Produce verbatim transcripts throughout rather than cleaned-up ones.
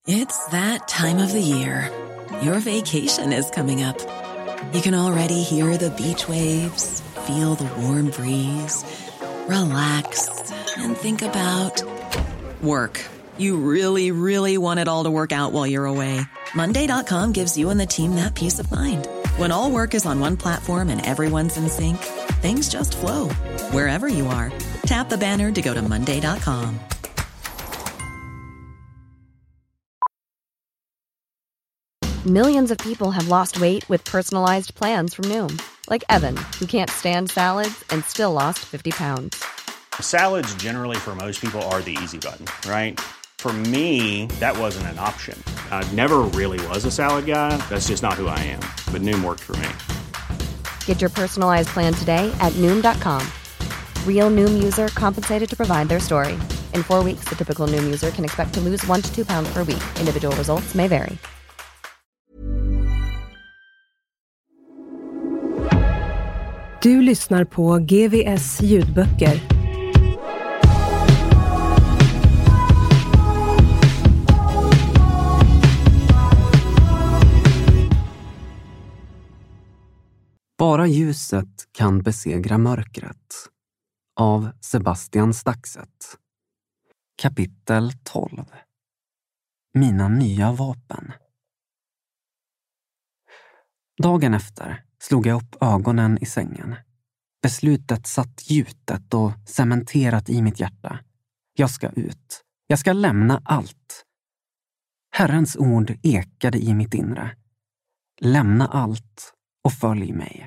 It's that time of the year. Your vacation is coming up. You can already hear the beach waves, feel the warm breeze, relax, and think about work. You really, really want it all to work out while you're away. Monday dot com gives you and the team that peace of mind. When all work is on one platform and everyone's in sync, things just flow. Wherever you are, tap the banner to go to monday dot com. Millions of people have lost weight with personalized plans from Noom. Like Evan, who can't stand salads and still lost fifty pounds. Salads generally for most people are the easy button, right? For me, that wasn't an option. I never really was a salad guy. That's just not who I am. But Noom worked for me. Get your personalized plan today at Noom dot com. Real Noom user compensated to provide their story. In four weeks, the typical Noom user can expect to lose one to two pounds per week. Individual results may vary. Du lyssnar på G V S ljudböcker. Bara ljuset kan besegra mörkret. Av Sebastian Staxet. Kapitel tolv. Mina nya vapen. Dagen efter slog jag upp ögonen i sängen. Beslutet satt gjutet och cementerat i mitt hjärta. Jag ska ut. Jag ska lämna allt. Herrens ord ekade i mitt inre. Lämna allt och följ mig.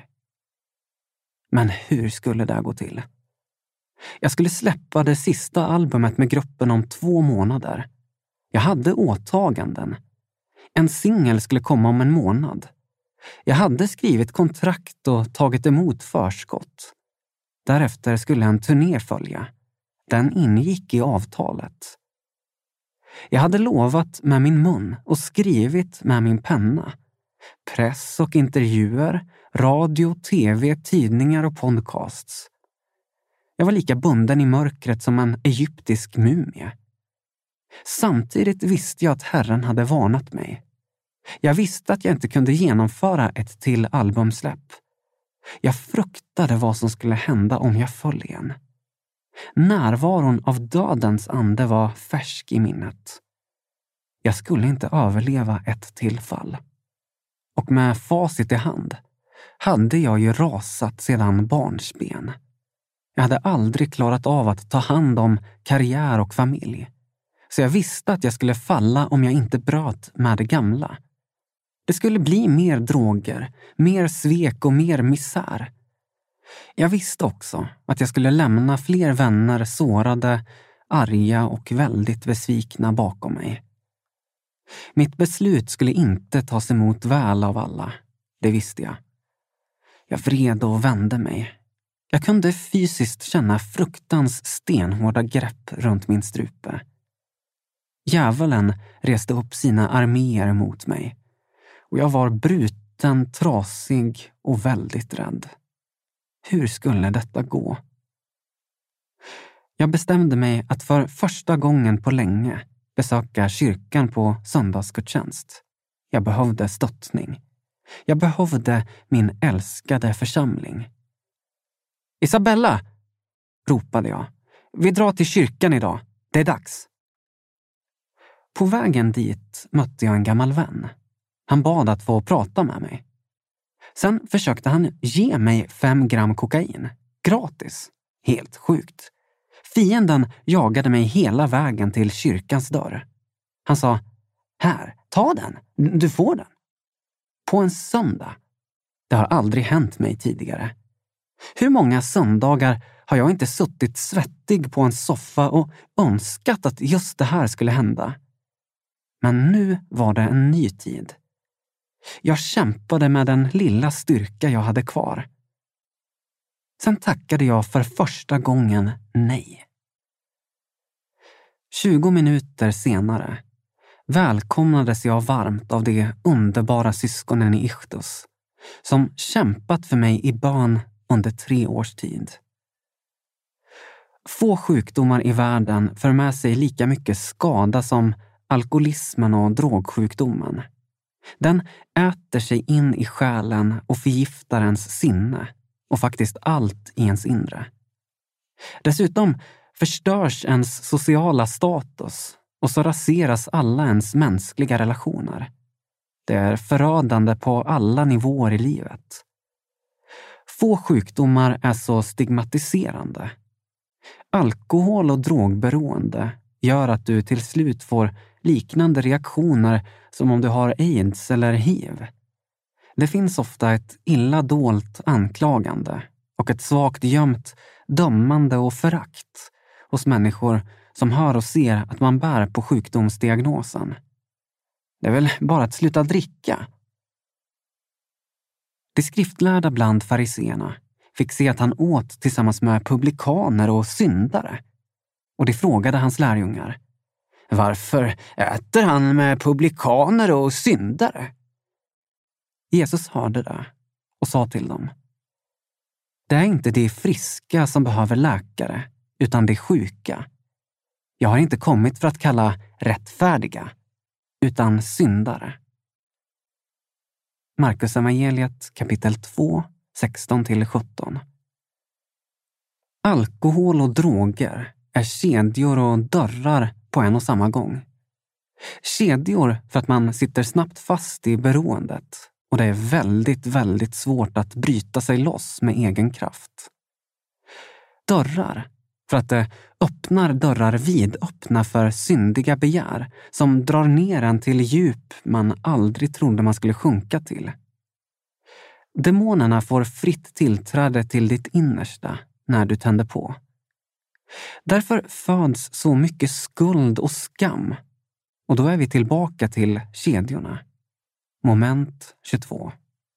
Men hur skulle det gå till? Jag skulle släppa det sista albumet med gruppen om två månader. Jag hade åtaganden. En singel skulle komma om en månad. Jag hade skrivit kontrakt och tagit emot förskott. Därefter skulle en turné följa. Den ingick i avtalet. Jag hade lovat med min mun och skrivit med min penna. Press och intervjuer, radio, tv, tidningar och podcasts. Jag var lika bunden i mörkret som en egyptisk mumie. Samtidigt visste jag att Herren hade varnat mig. Jag visste att jag inte kunde genomföra ett till albumsläpp. Jag fruktade vad som skulle hända om jag föll igen. Närvaron av dödens ande var färsk i minnet. Jag skulle inte överleva ett tillfall. Och med facit i hand hade jag ju rasat sedan barnsben. Jag hade aldrig klarat av att ta hand om karriär och familj. Så jag visste att jag skulle falla om jag inte bröt med det gamla. Det skulle bli mer droger, mer svek och mer misär. Jag visste också att jag skulle lämna fler vänner sårade, arga och väldigt besvikna bakom mig. Mitt beslut skulle inte tas emot väl av alla, det visste jag. Jag vred och vände mig. Jag kunde fysiskt känna fruktans stenhårda grepp runt min strupe. Djävulen reste upp sina arméer mot mig. Och jag var bruten, trasig och väldigt rädd. Hur skulle detta gå? Jag bestämde mig att för första gången på länge besöka kyrkan på söndagsgudstjänst. Jag behövde stöttning. Jag behövde min älskade församling. Isabella, ropade jag. Vi drar till kyrkan idag. Det är dags. På vägen dit mötte jag en gammal vän. Han bad att få prata med mig. Sen försökte han ge mig fem gram kokain. Gratis. Helt sjukt. Fienden jagade mig hela vägen till kyrkans dörr. Han sa, här, ta den. Du får den. På en söndag. Det har aldrig hänt mig tidigare. Hur många söndagar har jag inte suttit svettig på en soffa och önskat att just det här skulle hända? Men nu var det en ny tid. Jag kämpade med den lilla styrka jag hade kvar. Sen tackade jag för första gången nej. Tjugo minuter senare välkomnades jag varmt av de underbara syskonen i Ichthus som kämpat för mig i bön under tre års tid. Få sjukdomar i världen för med sig lika mycket skada som alkoholismen och drogsjukdomen. Den äter sig in i själen och förgiftar ens sinne och faktiskt allt i ens inre. Dessutom förstörs ens sociala status och så raseras alla ens mänskliga relationer. Det är förödande på alla nivåer i livet. Få sjukdomar är så stigmatiserande. Alkohol och drogberoende gör att du till slut får liknande reaktioner som om du har AIDS eller hiv. Det finns ofta ett illa dolt anklagande och ett svagt gömt dömande och förakt hos människor som hör och ser att man bär på sjukdomsdiagnosen. Det är väl bara att sluta dricka. De skriftlärda bland fariseerna fick se att han åt tillsammans med publikaner och syndare. Och de frågade hans lärjungar: varför äter han med publikaner och syndare? Jesus hörde det och sa till dem: det är inte de friska som behöver läkare, utan de sjuka. Jag har inte kommit för att kalla rättfärdiga, utan syndare. Markus evangeliet kapitel två, sexton till sjutton. Alkohol och droger är kedjor och dörrar på en och samma gång. Kedjor för att man sitter snabbt fast i beroendet och det är väldigt, väldigt svårt att bryta sig loss med egen kraft. Dörrar för att det öppnar dörrar vidöppna för syndiga begär som drar ner en till djup man aldrig trodde man skulle sjunka till. Demonerna får fritt tillträde till ditt innersta när du tänder på. Därför föds så mycket skuld och skam. Och då är vi tillbaka till kedjorna. Moment tjugotvå.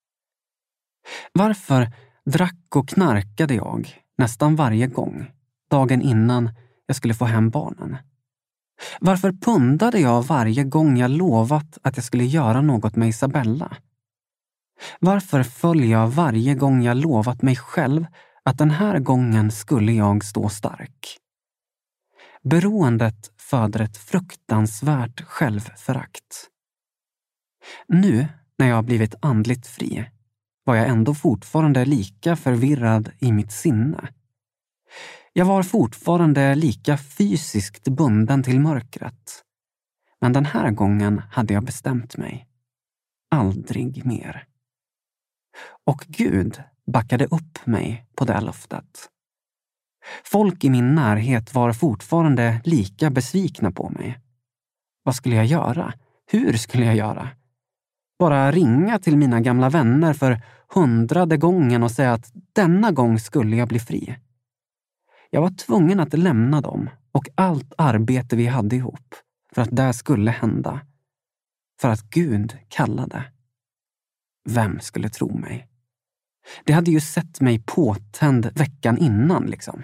Varför drack och knarkade jag nästan varje gång, dagen innan jag skulle få hem barnen? Varför pundade jag varje gång jag lovat att jag skulle göra något med Isabella? Varför föll jag varje gång jag lovat mig själv att den här gången skulle jag stå stark? Beroendet föder ett fruktansvärt självförakt. Nu, när jag har blivit andligt fri, var jag ändå fortfarande lika förvirrad i mitt sinne. Jag var fortfarande lika fysiskt bunden till mörkret. Men den här gången hade jag bestämt mig. Aldrig mer. Och Gud backade upp mig på det löftet. Folk i min närhet var fortfarande lika besvikna på mig. Vad skulle jag göra? Hur skulle jag göra? Bara ringa till mina gamla vänner för hundrade gången och säga att denna gång skulle jag bli fri. Jag var tvungen att lämna dem och allt arbete vi hade ihop för att det skulle hända. För att Gud kallade. Vem skulle tro mig? Det hade ju sett mig påtänd veckan innan liksom.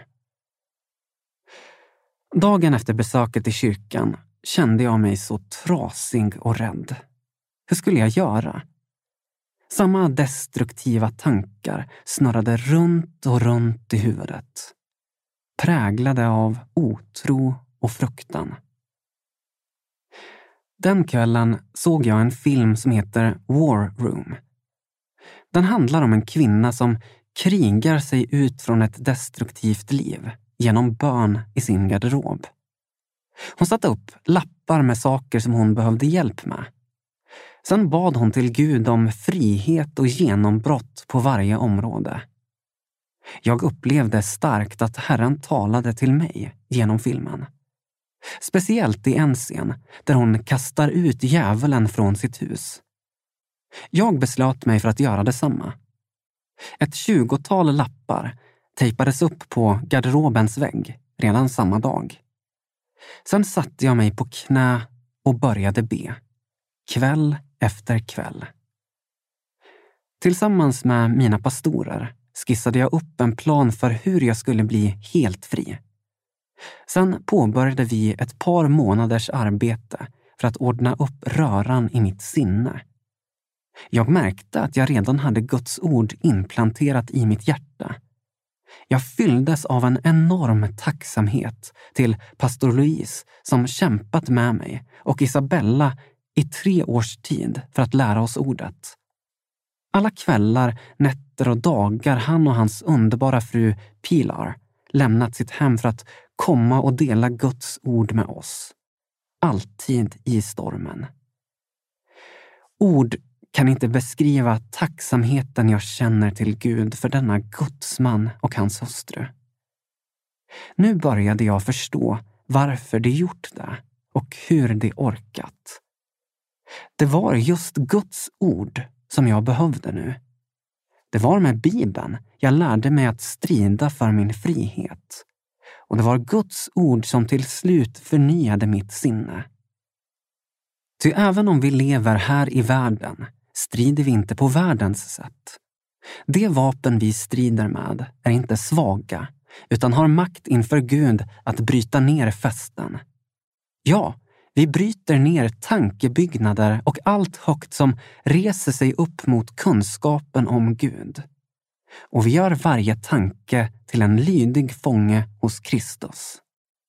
Dagen efter besöket i kyrkan kände jag mig så trasig och rädd. Hur skulle jag göra? Samma destruktiva tankar snurrade runt och runt i huvudet. Präglade av otro och fruktan. Den kvällen såg jag en film som heter War Room. Den handlar om en kvinna som krigar sig ut från ett destruktivt liv genom bön i sin garderob. Hon satte upp lappar med saker som hon behövde hjälp med. Sen bad hon till Gud om frihet och genombrott på varje område. Jag upplevde starkt att Herren talade till mig genom filmen. Speciellt i en scen där hon kastar ut djävulen från sitt hus. Jag beslöt mig för att göra detsamma. Ett tjugotal lappar tejpades upp på garderobens vägg redan samma dag. Sen satte jag mig på knä och började be. Kväll efter kväll. Tillsammans med mina pastorer skissade jag upp en plan för hur jag skulle bli helt fri. Sen påbörjade vi ett par månaders arbete för att ordna upp röran i mitt sinne. Jag märkte att jag redan hade Guds ord implanterat i mitt hjärta. Jag fylldes av en enorm tacksamhet till pastor Louise som kämpat med mig och Isabella i tre års tid för att lära oss ordet. Alla kvällar, nätter och dagar han och hans underbara fru Pilar lämnat sitt hem för att komma och dela Guds ord med oss. Alltid i stormen. Ord kan inte beskriva tacksamheten jag känner till Gud för denna gudsman och hans hustru. Nu började jag förstå varför de gjort det och hur de orkat. Det var just Guds ord som jag behövde nu. Det var med Bibeln jag lärde mig att strida för min frihet. Och det var Guds ord som till slut förnyade mitt sinne. Ty även om vi lever här i världen strider vi inte på världens sätt. Det vapen vi strider med är inte svaga, utan har makt inför Gud att bryta ner fästen. Ja, vi bryter ner tankebyggnader och allt högt som reser sig upp mot kunskapen om Gud. Och vi gör varje tanke till en lydig fånge hos Kristus.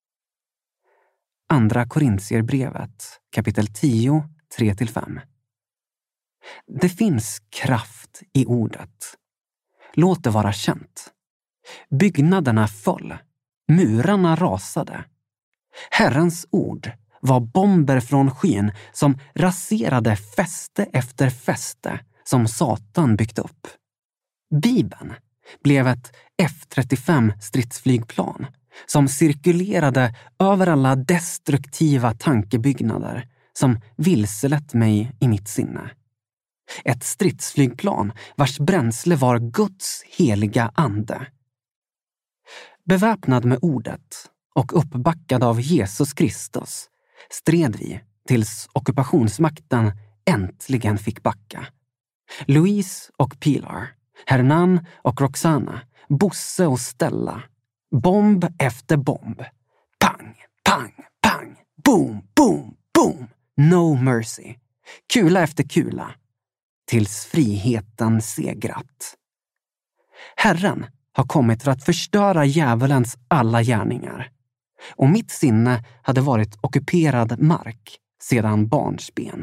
Andra Korintierbrevet, kapitel tio, tre till fem. Det finns kraft i ordet. Låt det vara känt. Byggnaderna föll, murarna rasade. Herrens ord var bomber från skyn som raserade fäste efter fäste som Satan byggt upp. Bibeln blev ett F trettiofem stridsflygplan som cirkulerade över alla destruktiva tankebyggnader som vilselett mig i mitt sinne. Ett stridsflygplan vars bränsle var Guds heliga ande. Beväpnad med ordet och uppbackad av Jesus Kristus stred vi tills ockupationsmakten äntligen fick backa. Louise och Pilar, Hernan och Roxana, Bosse och Stella. Bomb efter bomb. Pang, pang, pang. Boom, boom, boom. No mercy. Kula efter kula. Tills friheten segrat. Herren har kommit för att förstöra djävulens alla gärningar. Och mitt sinne hade varit ockuperad mark sedan barnsben.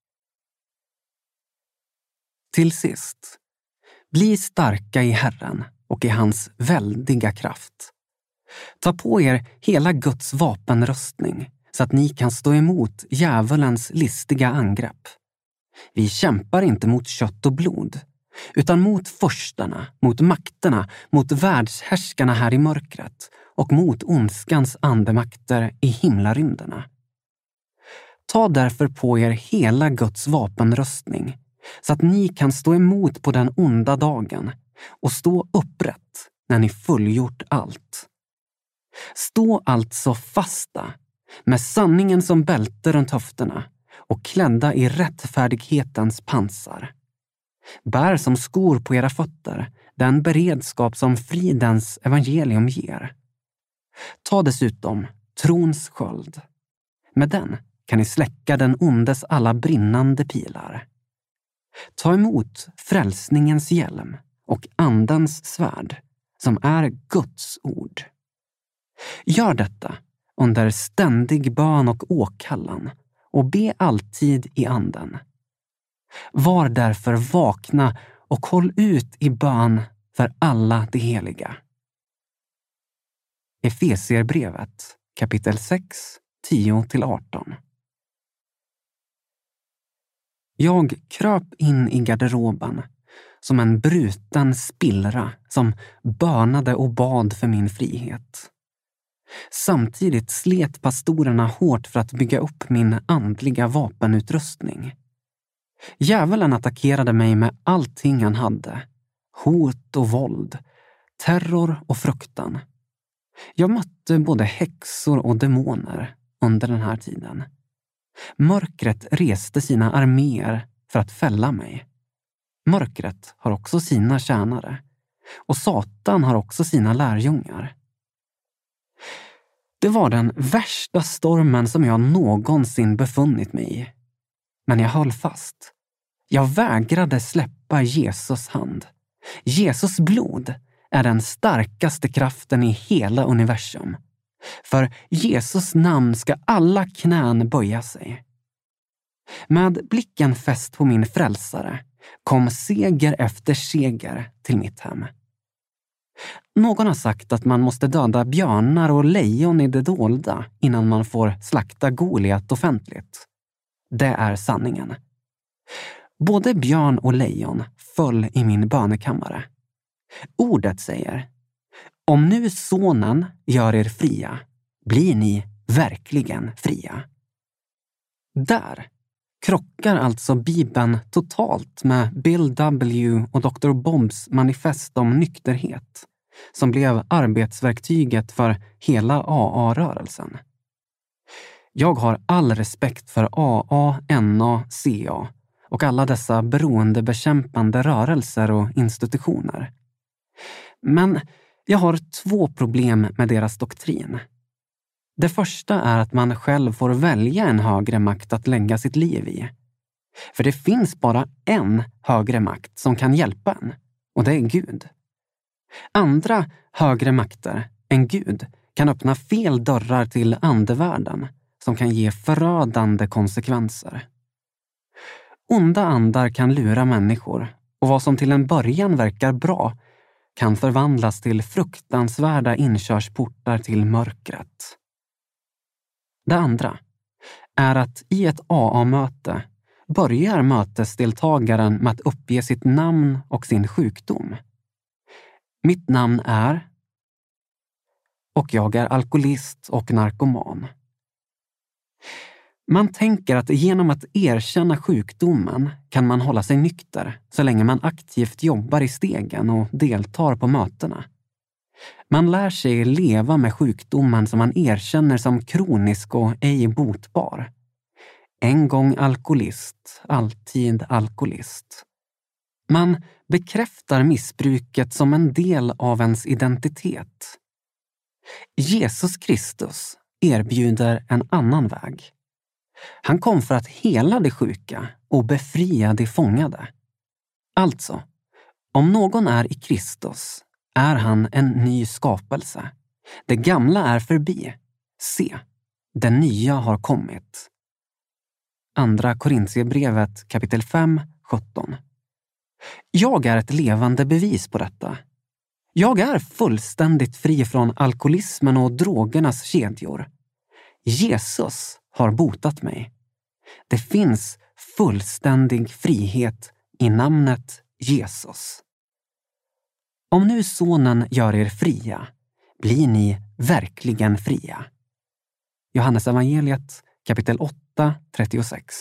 Till sist, bli starka i Herren och i hans väldiga kraft. Ta på er hela Guds vapenrustning så att ni kan stå emot djävulens listiga angrepp. Vi kämpar inte mot kött och blod, utan mot förstarna, mot makterna, mot världshärskarna här i mörkret och mot ondskans andemakter i himlarymderna. Ta därför på er hela Guds vapenrustning så att ni kan stå emot på den onda dagen och stå upprätt när ni fullgjort allt. Stå alltså fasta med sanningen som bälte runt höfterna och klädda i rättfärdighetens pansar. Bär som skor på era fötter den beredskap som fridens evangelium ger. Ta dessutom trons sköld. Med den kan ni släcka den ondes alla brinnande pilar. Ta emot frälsningens hjälm och andens svärd som är Guds ord. Gör detta under ständig bön och åkallan och be alltid i anden. Var därför vakna och håll ut i bön för alla de heliga. Efesierbrevet kapitel sex, tio till arton. Jag kröp in i garderoben som en bruten spillra som bönade och bad för min frihet. Samtidigt slet pastorerna hårt för att bygga upp min andliga vapenutrustning. Djävulen attackerade mig med allting han hade. Hot och våld, terror och fruktan. Jag mötte både häxor och demoner under den här tiden. Mörkret reste sina arméer för att fälla mig. Mörkret har också sina tjänare. Och Satan har också sina lärjungar. Det var den värsta stormen som jag någonsin befunnit mig i. Men jag höll fast. Jag vägrade släppa Jesus hand. Jesus blod är den starkaste kraften i hela universum. För Jesus namn ska alla knän böja sig. Med blicken fäst på min frälsare kom seger efter seger till mitt hem. Någon har sagt att man måste döda björnar och lejon i det dolda innan man får slakta Goliat offentligt. Det är sanningen. Både björn och lejon föll i min bönekammare. Ordet säger: om nu sonen gör er fria, blir ni verkligen fria. Där krockar alltså Bibeln totalt med Bill W. och doktor Bobs manifest om nykterhet, som blev arbetsverktyget för hela A A-rörelsen. Jag har all respekt för A A, N A, C A och alla dessa beroendebekämpande rörelser och institutioner. Men jag har två problem med deras doktrin. Det första är att man själv får välja en högre makt att lägga sitt liv i. För det finns bara en högre makt som kan hjälpa en, och det är Gud. Andra högre makter än Gud kan öppna fel dörrar till andevärlden som kan ge förödande konsekvenser. Onda andar kan lura människor, och vad som till en början verkar bra kan förvandlas till fruktansvärda inkörsportar till mörkret. Det andra är att i ett A A-möte börjar mötesdeltagaren med att uppge sitt namn och sin sjukdom. Mitt namn är... och jag är alkoholist och narkoman. Man tänker att genom att erkänna sjukdomen kan man hålla sig nykter så länge man aktivt jobbar i stegen och deltar på mötena. Man lär sig leva med sjukdomen som man erkänner som kronisk och ej botbar. En gång alkoholist, alltid alkoholist. Man bekräftar missbruket som en del av ens identitet. Jesus Kristus erbjuder en annan väg. Han kom för att hela de sjuka och befria de fångade. Alltså, om någon är i Kristus är han en ny skapelse. Det gamla är förbi. Se, det nya har kommit. Andra Korintierbrevet kapitel fem, sjutton. Jag är ett levande bevis på detta. Jag är fullständigt fri från alkoholismen och drogernas kedjor. Jesus har botat mig. Det finns fullständig frihet i namnet Jesus. Om nu sonen gör er fria, blir ni verkligen fria. Johannes evangeliet kapitel åtta, trettiosex.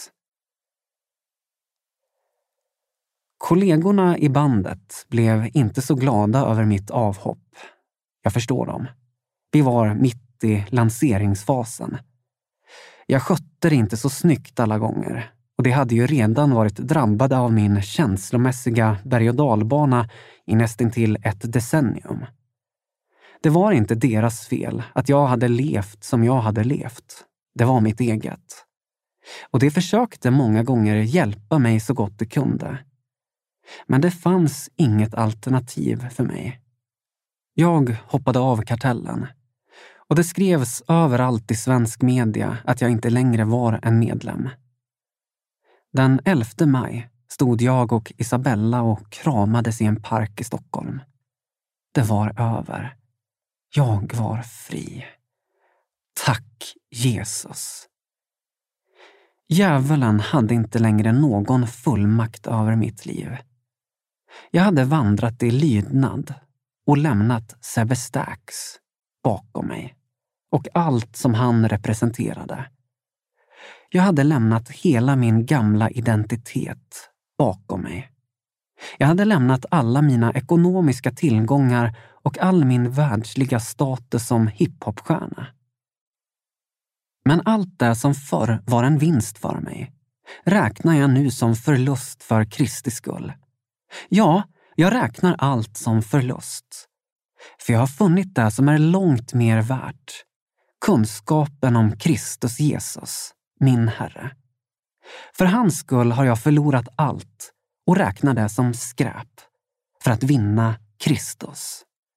Kollegorna i bandet blev inte så glada över mitt avhopp. Jag förstår dem. Vi var mitt i lanseringsfasen. Jag skötte det inte så snyggt alla gånger, och det hade ju redan varit drabbade av min känslomässiga berg- och dalbana i nästintill ett decennium. Det var inte deras fel att jag hade levt som jag hade levt. Det var mitt eget. Och det försökte många gånger hjälpa mig så gott det kunde. Men det fanns inget alternativ för mig. Jag hoppade av kartellen. Och det skrevs överallt i svensk media att jag inte längre var en medlem. Den elfte maj stod jag och Isabella och kramades i en park i Stockholm. Det var över. Jag var fri. Tack Jesus. Djävulen hade inte längre någon fullmakt över mitt liv. Jag hade vandrat i lydnad och lämnat Sebbe Stax bakom mig och allt som han representerade. Jag hade lämnat hela min gamla identitet bakom mig. Jag hade lämnat alla mina ekonomiska tillgångar och all min världsliga status som hiphopstjärna. Men allt det som förr var en vinst för mig räknar jag nu som förlust för Kristi skull. Ja, jag räknar allt som förlust. För jag har funnit det som är långt mer värt. Kunskapen om Kristus Jesus, min Herre. För hans skull har jag förlorat allt och räknar det som skräp för att vinna Kristus.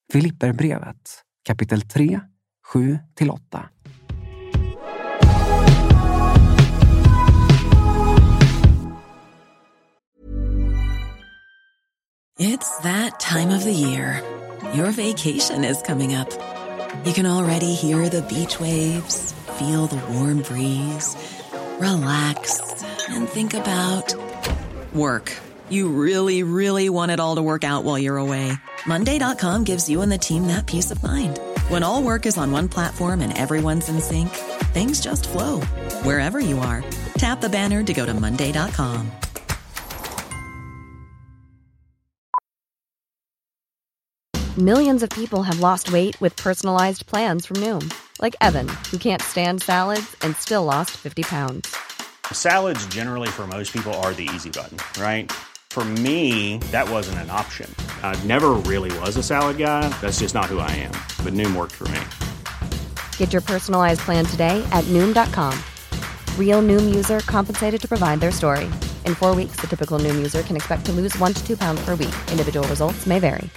Filipperbrevet, kapitel tre, sju till åtta. It's that time of the year. Your vacation is coming up. You can already hear the beach waves, feel the warm breeze, relax, and think about work. You really, really want it all to work out while you're away. Monday dot com gives you and the team that peace of mind. When all work is on one platform and everyone's in sync, things just flow. Wherever you are, tap the banner to go to monday dot com. Millions of people have lost weight with personalized plans from Noom. Like Evan, who can't stand salads and still lost fifty pounds. Salads generally for most people are the easy button, right? For me, that wasn't an option. I never really was a salad guy. That's just not who I am. But Noom worked for me. Get your personalized plan today at Noom dot com. Real Noom user compensated to provide their story. In four weeks, the typical Noom user can expect to lose one to two pounds per week. Individual results may vary.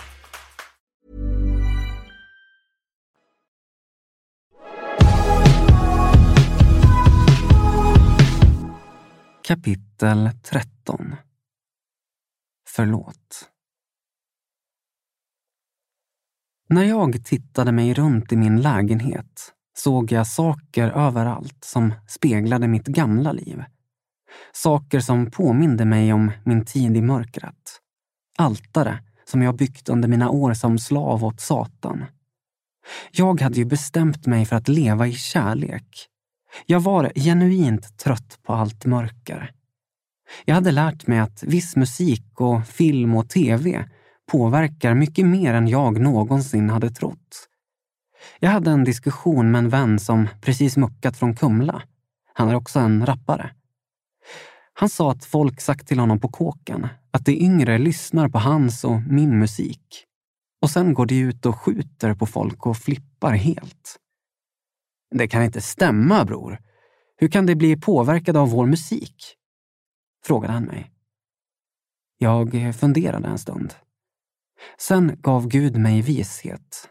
Kapitel tretton. Förlåt. När jag tittade mig runt i min lägenhet såg jag saker överallt som speglade mitt gamla liv. Saker som påminde mig om min tid i mörkret. Altare som jag byggt under mina år som slav åt Satan. Jag hade ju bestämt mig för att leva i kärlek. Jag var genuint trött på allt mörker. Jag hade lärt mig att viss musik och film och tv påverkar mycket mer än jag någonsin hade trott. Jag hade en diskussion med en vän som precis muckat från Kumla. Han är också en rappare. Han sa att folk sagt till honom på kåken att de yngre lyssnar på hans och min musik. Och sen går de ut och skjuter på folk och flippar helt. Det kan inte stämma, bror. Hur kan det bli påverkad av vår musik? Frågade han mig. Jag funderade en stund. Sen gav Gud mig vishet.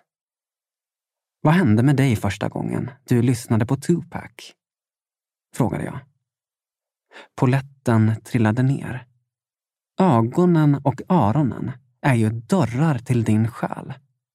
Vad hände med dig första gången du lyssnade på Tupac? Frågade jag. Poletten trillade ner. Ögonen och öronen är ju dörrar till din själ.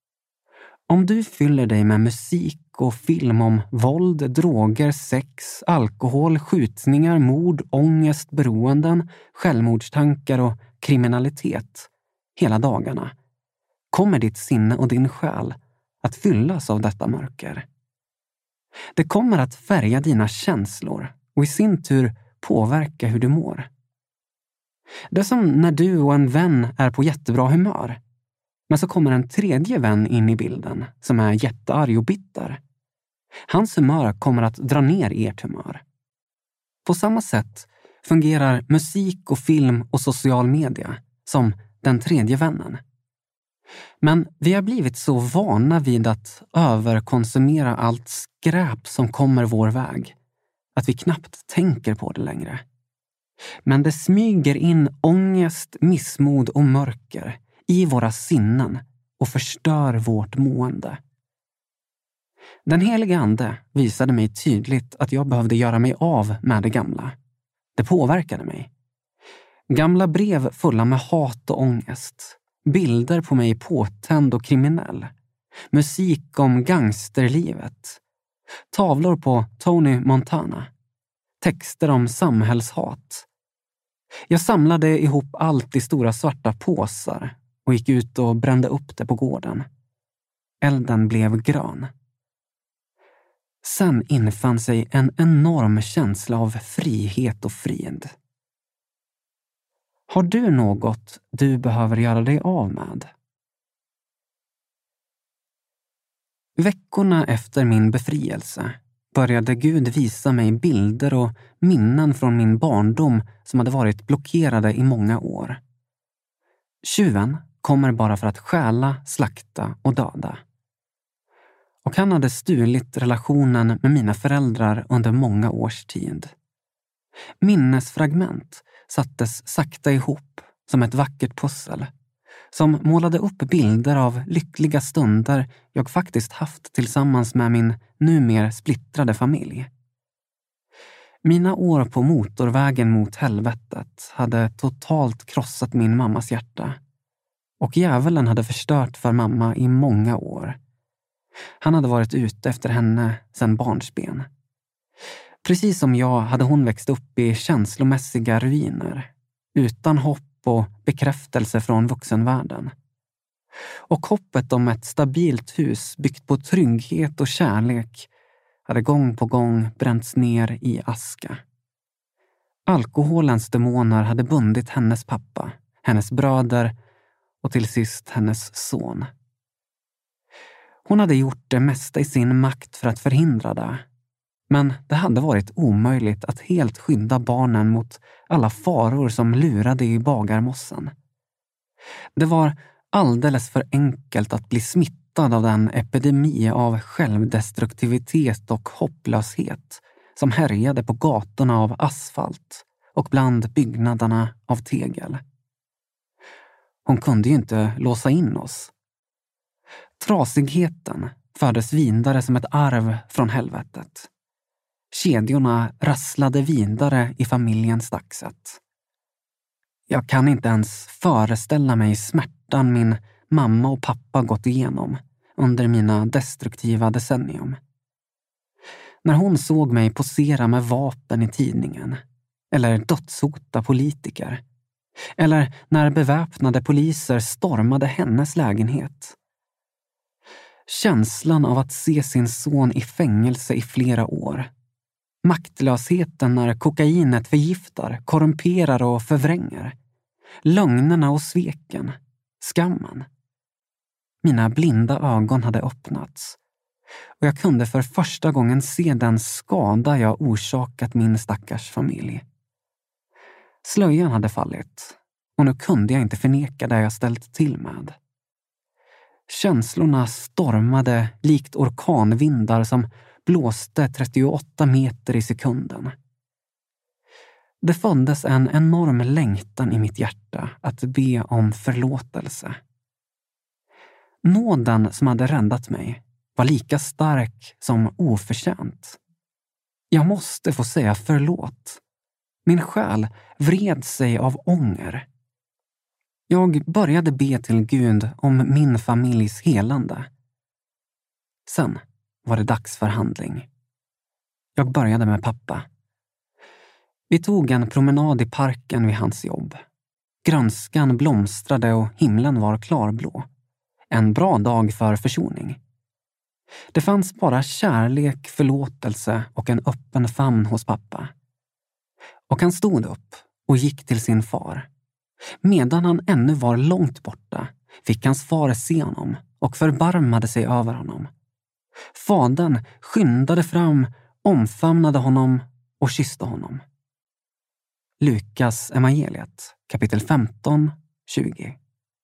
Om du fyller dig med musik och film om våld, droger, sex, alkohol, skjutningar, mord, ångest, beroenden, självmordstankar och kriminalitet hela dagarna, kommer ditt sinne och din själ att fyllas av detta mörker. Det kommer att färga dina känslor och i sin tur påverka hur du mår. Det är som när du och en vän är på jättebra humör. Men så kommer en tredje vän in i bilden som är jättearg och bitter. Hans humör kommer att dra ner ert humör. På samma sätt fungerar musik och film och social media som den tredje vännen. Men vi har blivit så vana vid att överkonsumera allt skräp som kommer vår väg att vi knappt tänker på det längre. Men det smyger in ångest, missmod och mörker i våra sinnen och förstör vårt mående. Den heliga ande visade mig tydligt att jag behövde göra mig av med det gamla. Det påverkade mig. Gamla brev fulla med hat och ångest. Bilder på mig påtänd och kriminell. Musik om gangsterlivet. Tavlor på Tony Montana. Texter om samhällshat. Jag samlade ihop allt i stora svarta påsar och gick ut och brände upp det på gården. Elden blev grön. Sen infann sig en enorm känsla av frihet och frid. Har du något du behöver göra dig av med? Veckorna efter min befrielse började Gud visa mig bilder och minnen från min barndom som hade varit blockerade i många år. Tjuven kommer bara för att stjäla, slakta och döda. Och han hade stulit relationen med mina föräldrar under många års tid. Minnesfragment sattes sakta ihop som ett vackert pussel som målade upp bilder av lyckliga stunder jag faktiskt haft tillsammans med min numer splittrade familj. Mina år på motorvägen mot helvetet hade totalt krossat min mammas hjärta. Och djävulen hade förstört för mamma i många år. Han hade varit ute efter henne sedan barnsben. Precis som jag hade hon växt upp i känslomässiga ruiner, utan hopp och bekräftelse från vuxenvärlden. Och hoppet om ett stabilt hus byggt på trygghet och kärlek hade gång på gång bränts ner i aska. Alkoholens demoner hade bundit hennes pappa, hennes bröder och till sist hennes son. Hon hade gjort det mesta i sin makt för att förhindra det. Men det hade varit omöjligt att helt skydda barnen mot alla faror som lurade i bagarmossen. Det var alldeles för enkelt att bli smittad av den epidemi av självdestruktivitet och hopplöshet som härjade på gatorna av asfalt och bland byggnaderna av tegel. Hon kunde ju inte låsa in oss. Trasigheten fördes vidare som ett arv från helvetet. Kedjorna rasslade vidare i familjens dagssätt. Jag kan inte ens föreställa mig smärtan min mamma och pappa gått igenom under mina destruktiva decennium. När hon såg mig posera med vapen i tidningen, eller dödshota politiker, eller när beväpnade poliser stormade hennes lägenhet. Känslan av att se sin son i fängelse i flera år. Maktlösheten när kokainet förgiftar, korrumperar och förvränger. Lögnerna och sveken. Skammen. Mina blinda ögon hade öppnats. Och jag kunde för första gången se den skada jag orsakat min stackars familj. Slöjan hade fallit. Och nu kunde jag inte förneka det jag ställt till med. Känslorna stormade likt orkanvindar som blåste trettioåtta meter i sekunden. Det föddes en enorm längtan i mitt hjärta att be om förlåtelse. Nåden som hade räddat mig var lika stark som oförtjänt. Jag måste få säga förlåt. Min själ vred sig av ånger. Jag började be till Gud om min familjs helande. Sen var det dags för handling. Jag började med pappa. Vi tog en promenad i parken vid hans jobb. Grönskan blomstrade och himlen var klarblå. En bra dag för försoning. Det fanns bara kärlek, förlåtelse och en öppen famn hos pappa. Och han stod upp och gick till sin far. Medan han ännu var långt borta fick hans far se honom och förbarmade sig över honom. Fadern skyndade fram, omfamnade honom och kysste honom. Lukas evangeliet, kapitel femton, tjugo.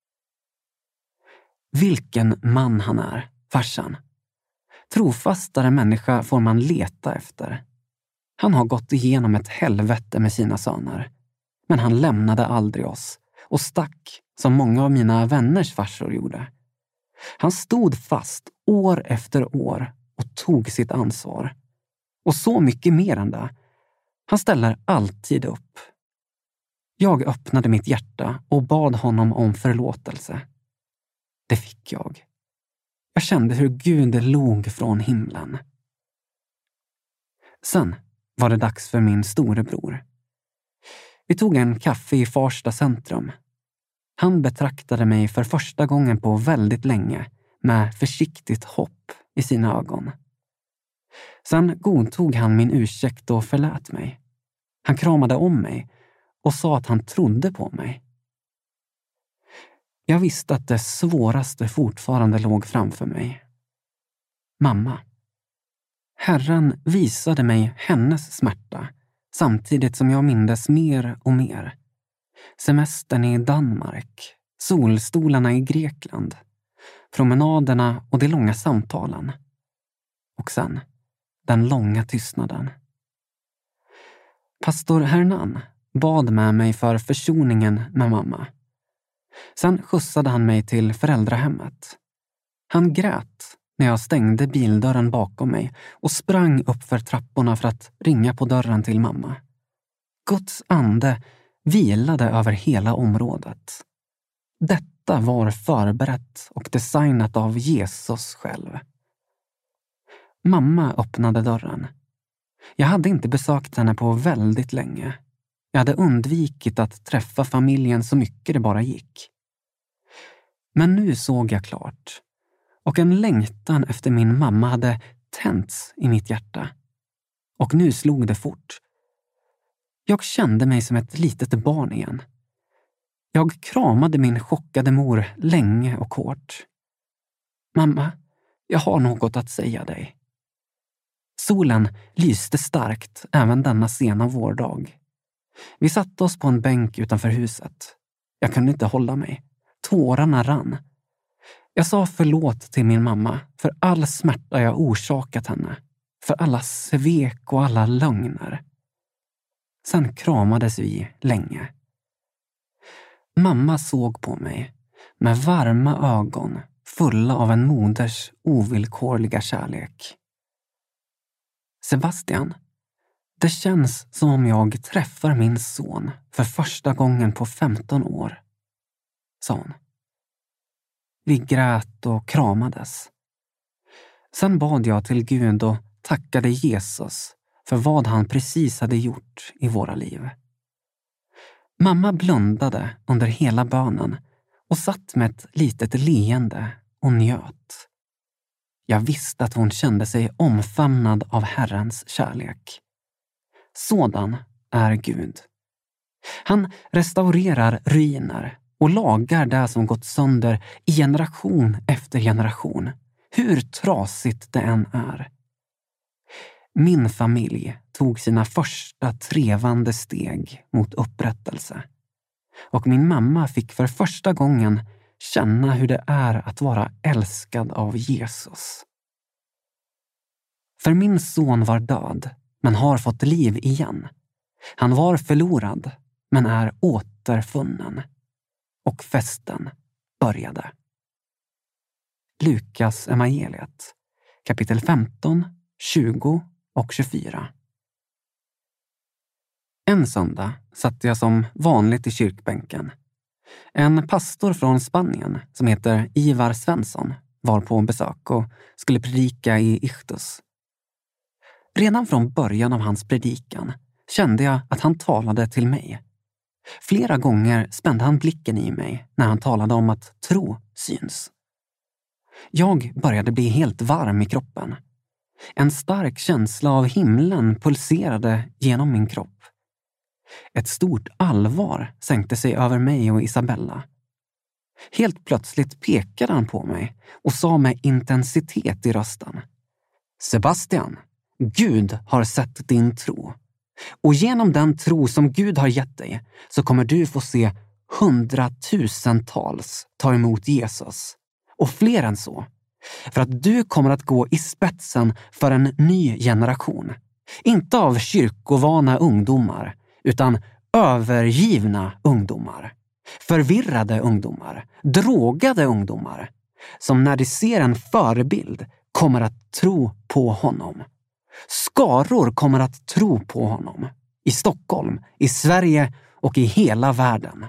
Vilken man han är, farsan. Trofastare människa får man leta efter. Han har gått igenom ett helvete med sina söner. Men han lämnade aldrig oss och stack som många av mina vänners farsor gjorde. Han stod fast år efter år och tog sitt ansvar. Och så mycket mer än det. Han ställer alltid upp. Jag öppnade mitt hjärta och bad honom om förlåtelse. Det fick jag. Jag kände hur Gud log från himlen. Sen var det dags för min storebror. Vi tog en kaffe i Farsta centrum. Han betraktade mig för första gången på väldigt länge med försiktigt hopp i sina ögon. Sen godtog han min ursäkt och förlät mig. Han kramade om mig och sa att han trodde på mig. Jag visste att det svåraste fortfarande låg framför mig. Mamma. Herren visade mig hennes smärta samtidigt som jag mindes mer och mer. Semestern i Danmark, solstolarna i Grekland, promenaderna och de långa samtalen. Och sen den långa tystnaden. Pastor Hernan bad med mig för försoningen med mamma. Sen skjutsade han mig till föräldrahemmet. Han grät när jag stängde bildörren bakom mig och sprang upp för trapporna för att ringa på dörren till mamma. Guds ande vilade över hela området. Detta var förberett och designat av Jesus själv. Mamma öppnade dörren. Jag hade inte besökt henne på väldigt länge. Jag hade undvikit att träffa familjen så mycket det bara gick. Men nu såg jag klart. Och en längtan efter min mamma hade tänts i mitt hjärta. Och nu slog det fort. Jag kände mig som ett litet barn igen. Jag kramade min chockade mor länge och hårt. Mamma, jag har något att säga dig. Solen lyste starkt även denna sena vårdag. Vi satte oss på en bänk utanför huset. Jag kunde inte hålla mig. Tårarna rann. Jag sa förlåt till min mamma för all smärta jag orsakat henne. För alla svek och alla lögner. Sen kramades vi länge. Mamma såg på mig med varma ögon fulla av en moders ovillkorliga kärlek. Sebastian, det känns som om jag träffar min son för första gången på femton år, sa hon. Vi grät och kramades. Sen bad jag till Gud och tackade Jesus för vad han precis hade gjort i våra liv. Mamma blundade under hela bönen och satt med ett litet leende och njöt. Jag visste att hon kände sig omfamnad av Herrens kärlek. Sådan är Gud. Han restaurerar ruiner och lagar det som gått sönder i generation efter generation, hur trasigt det än är. Min familj tog sina första trevande steg mot upprättelse. Och min mamma fick för första gången känna hur det är att vara älskad av Jesus. För min son var död, men har fått liv igen. Han var förlorad, men är återfunnen. Och festen började. Lukas evangeliet, kapitel femton, tjugo och tjugofyra. En söndag satt jag som vanligt i kyrkbänken. En pastor från Spanien som heter Ivar Svensson var på besök och skulle predika i Ichtus. Redan från början av hans predikan kände jag att han talade till mig. Flera gånger spände han blicken i mig när han talade om att tro syns. Jag började bli helt varm i kroppen. En stark känsla av himlen pulserade genom min kropp. Ett stort allvar sänkte sig över mig och Isabella. Helt plötsligt pekade han på mig och sa med intensitet i rösten: Sebastian, Gud har sett din tro. Och genom den tro som Gud har gett dig så kommer du få se hundratusentals ta emot Jesus. Och fler än så. För att du kommer att gå i spetsen för en ny generation. Inte av kyrkovana ungdomar, utan övergivna ungdomar. Förvirrade ungdomar. Drogade ungdomar. Som när de ser en förebild kommer att tro på honom. Skaror kommer att tro på honom. I Stockholm, i Sverige och i hela världen.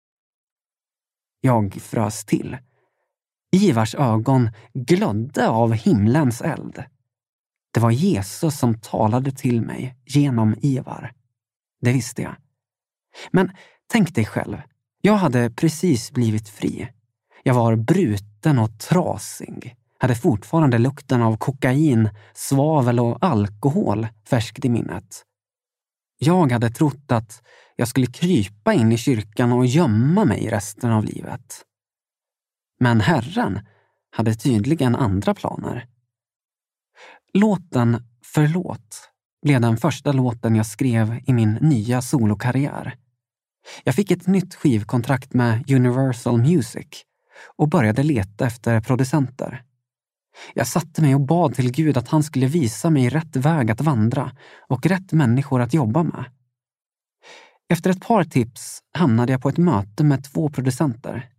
Jag frös till. Ivars ögon glödde av himlens eld. Det var Jesus som talade till mig genom Ivar. Det visste jag. Men tänk dig själv. Jag hade precis blivit fri. Jag var bruten och trasig. Hade fortfarande lukten av kokain, svavel och alkohol färskt i minnet. Jag hade trott att jag skulle krypa in i kyrkan och gömma mig resten av livet. Men Herren hade tydligen andra planer. Låten Förlåt blev den första låten jag skrev i min nya solokarriär. Jag fick ett nytt skivkontrakt med Universal Music och började leta efter producenter. Jag satte mig och bad till Gud att han skulle visa mig rätt väg att vandra och rätt människor att jobba med. Efter ett par tips hamnade jag på ett möte med två producenter,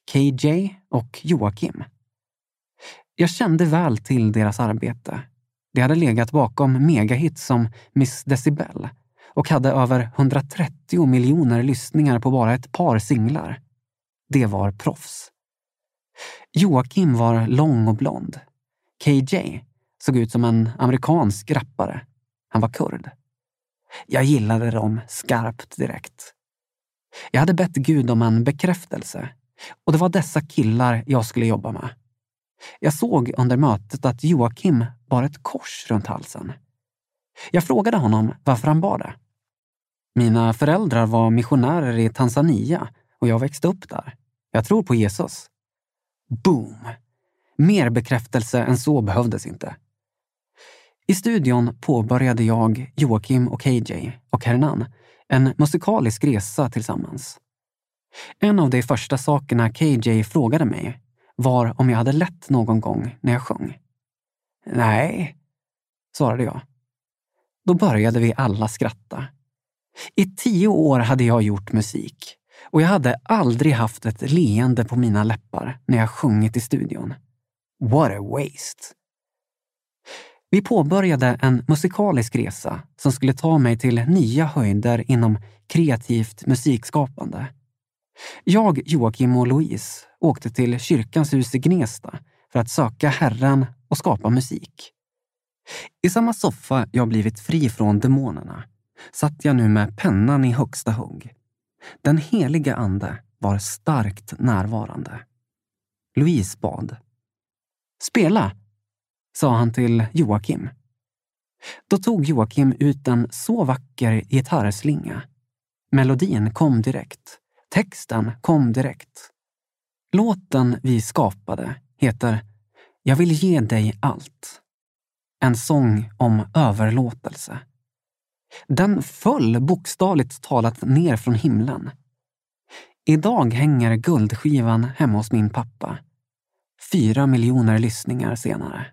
K J och Joakim. Jag kände väl till deras arbete. De hade legat bakom megahits som Miss Decibel och hade över hundratrettio miljoner lyssningar på bara ett par singlar. Det var proffs. Joakim var lång och blond. K J såg ut som en amerikansk rappare. Han var kurd. Jag gillade dem skarpt direkt. Jag hade bett Gud om en bekräftelse och det var dessa killar jag skulle jobba med. Jag såg under mötet att Joakim bar ett kors runt halsen. Jag frågade honom varför han bar det. Mina föräldrar var missionärer i Tanzania och jag växte upp där. Jag tror på Jesus. Boom! Mer bekräftelse än så behövdes inte. I studion påbörjade jag, Joakim och K J och Hernan en musikalisk resa tillsammans. En av de första sakerna K J frågade mig var om jag hade lätt någon gång när jag sjöng. Nej, svarade jag. Då började vi alla skratta. I tio år hade jag gjort musik och jag hade aldrig haft ett leende på mina läppar när jag sjungit i studion. What a waste! Vi påbörjade en musikalisk resa som skulle ta mig till nya höjder inom kreativt musikskapande. Jag, Joakim och Louise åkte till Kyrkans hus i Gnesta för att söka Herren och skapa musik. I samma soffa jag blivit fri från demonerna satt jag nu med pennan i högsta hugg. Den heliga ande var starkt närvarande. Louise bad. Spela, sa han till Joakim. Då tog Joakim ut en så vacker gitarrslinga. Melodin kom direkt. Texten kom direkt. Låten vi skapade heter Jag vill ge dig allt. En sång om överlåtelse. Den föll bokstavligt talat ner från himlen. Idag hänger guldskivan hemma hos min pappa. Fyra miljoner lyssningar senare.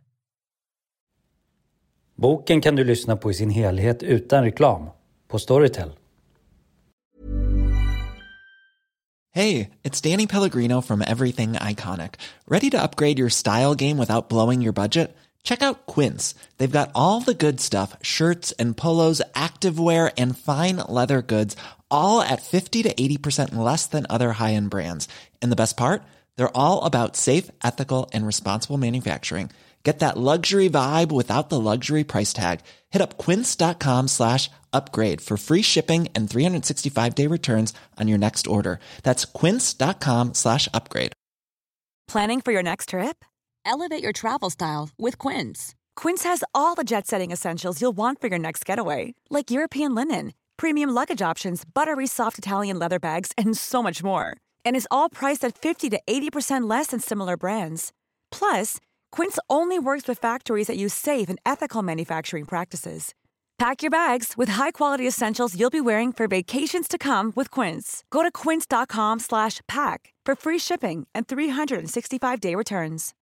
Boken kan du lyssna på i sin helhet utan reklam på Storytel. Hey, it's Danny Pellegrino from Everything Iconic. Ready to upgrade your style game without blowing your budget? Check out Quince. They've got all the good stuff, shirts and polos, activewear and fine leather goods, all at fifty to eighty percent less than other high-end brands. And the best part? They're all about safe, ethical, and responsible manufacturing. Get that luxury vibe without the luxury price tag. Hit up quince.com slash upgrade for free shipping and three sixty-five day returns on your next order. That's quince.com slash upgrade. Planning for your next trip? Elevate your travel style with Quince. Quince has all the jet-setting essentials you'll want for your next getaway, like European linen, premium luggage options, buttery soft Italian leather bags, and so much more. And is all priced at fifty to eighty percent less than similar brands. Plus, Quince only works with factories that use safe and ethical manufacturing practices. Pack your bags with high-quality essentials you'll be wearing for vacations to come with Quince. Go to quince.com slash pack for free shipping and three sixty-five day returns.